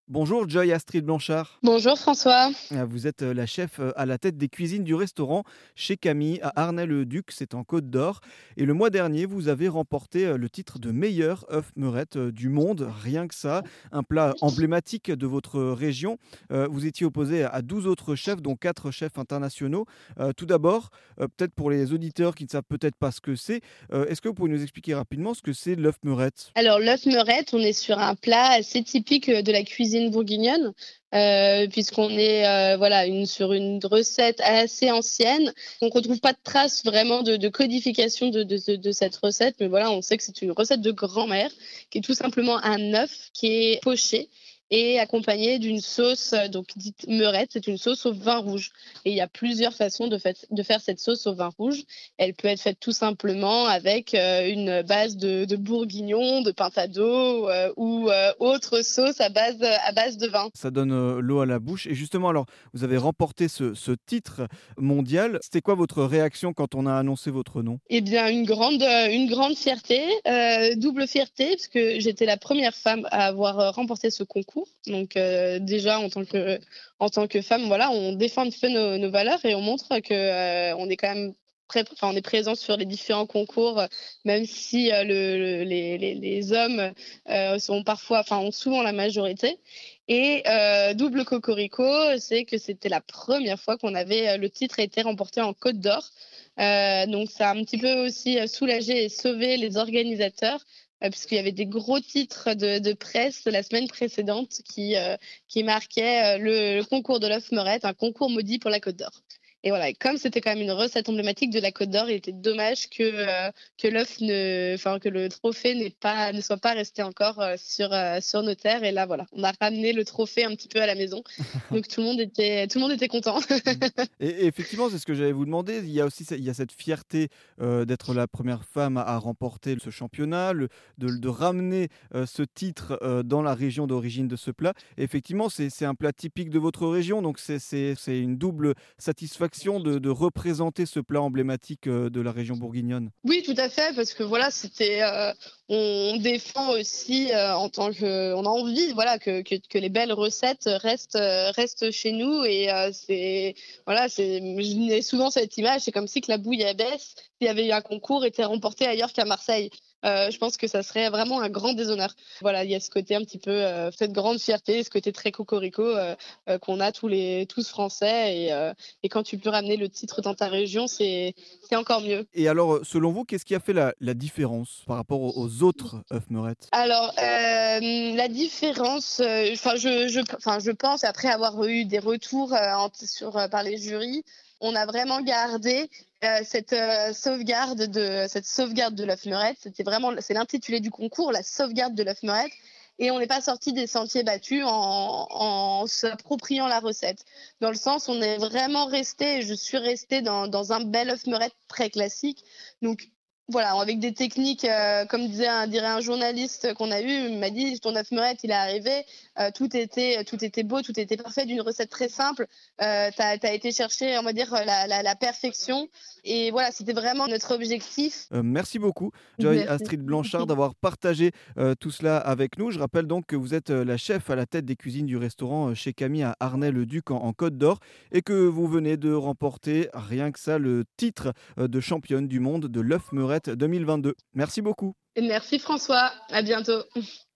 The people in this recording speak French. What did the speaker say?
Bonjour Joy Astrid Blanchard. Bonjour François. Vous êtes la chef à la tête des cuisines du restaurant chez Camille à Arnay-le-Duc, c'est en Côte d'Or. Et le mois dernier, vous avez remporté le titre de meilleur œuf meurette du monde, rien que ça. Un plat emblématique de votre région. Vous étiez opposé à 12 autres chefs, dont 4 chefs internationaux. Tout d'abord, peut-être pour les auditeurs qui ne savent peut-être pas ce que c'est, est-ce que vous pouvez nous expliquer rapidement ce que c'est l'œuf meurette? Alors l'œuf meurette, on est sur un plat assez typique de la cuisine bourguignonne, puisqu'on est voilà, sur une recette assez ancienne. Donc on ne retrouve pas de traces vraiment de codification de cette recette, mais voilà, on sait que c'est une recette de grand-mère, qui est tout simplement un œuf qui est poché et accompagné d'une sauce donc dite meurette. C'est une sauce au vin rouge. Et il y a plusieurs façons de faire cette sauce au vin rouge. Elle peut être faite tout simplement avec une base de bourguignon, de pintado ou autre sauce à base de vin. Ça donne l'eau à la bouche. Et justement, alors, vous avez remporté ce titre mondial. C'était quoi votre réaction quand on a annoncé votre nom? Eh bien, une grande fierté, double fierté, parce que j'étais la première femme à avoir remporté ce concours. Donc, déjà, en tant que femme, voilà, on défend un petit peu nos valeurs et on montre que on est quand même on est présent sur les différents concours, même si les hommes sont parfois, enfin, ont souvent la majorité. Et double cocorico, c'est que c'était la première fois qu'on avait le titre a été remporté en Côte d'Or. Donc ça a un petit peu aussi soulagé et sauvé les organisateurs, puisqu'il y avait des gros titres de presse la semaine précédente qui marquaient le concours de l'œuf meurette, un concours maudit pour la Côte d'Or. Et voilà, et comme c'était quand même une recette emblématique de la Côte d'Or, il était dommage que que le trophée ne soit pas resté encore sur nos terres. Et là, voilà, on a ramené le trophée un petit peu à la maison. Donc tout le monde était content. Mmh. Et effectivement, c'est ce que j'allais vous demander. Il y a cette fierté, d'être la première femme à remporter ce championnat, de ramener, ce titre, dans la région d'origine de ce plat. Et effectivement, c'est un plat typique de votre région, donc c'est une double satisfaction de représenter ce plat emblématique, de la région bourguignonne. Oui, tout à fait, parce que voilà, on défend aussi on a envie, voilà, que les belles recettes restent chez nous et je n'ai souvent cette image, c'est comme si que la bouillabaisse, s'il y avait eu un concours, était remportée ailleurs qu'à Marseille. Je pense que ça serait vraiment un grand déshonneur. Voilà, il y a ce côté un petit peu, cette grande fierté, ce côté très cocorico qu'on a tous français et quand tu peux ramener le titre dans ta région, c'est encore mieux. Et alors, selon vous, qu'est-ce qui a fait la différence par rapport aux autres œufs meurette? Alors, la différence, je pense après avoir eu des retours, par les jurys, on a vraiment gardé, cette sauvegarde de l'œuf meurette. C'est l'intitulé du concours, la sauvegarde de l'œuf meurette, et on n'est pas sorti des sentiers battus en s'appropriant la recette. Dans le sens, on est vraiment resté, je suis restée dans un bel œuf meurette très classique. Donc voilà, avec des techniques, comme dirait un journaliste qu'on a eu, il m'a dit: «Ton œuf meurette, il est arrivé, tout était beau, tout était parfait, d'une recette très simple. Tu as été chercher, on va dire, la perfection» et voilà, c'était vraiment notre objectif. Merci beaucoup, Joy Merci. Astrid Blanchard, d'avoir partagé, tout cela avec nous. Je rappelle donc que vous êtes, la chef à la tête des cuisines du restaurant, chez Camille à Arnay-le-Duc en Côte d'Or et que vous venez de remporter, rien que ça, le titre, de championne du monde de l'œuf meurette 2022. Merci beaucoup. Merci François, à bientôt.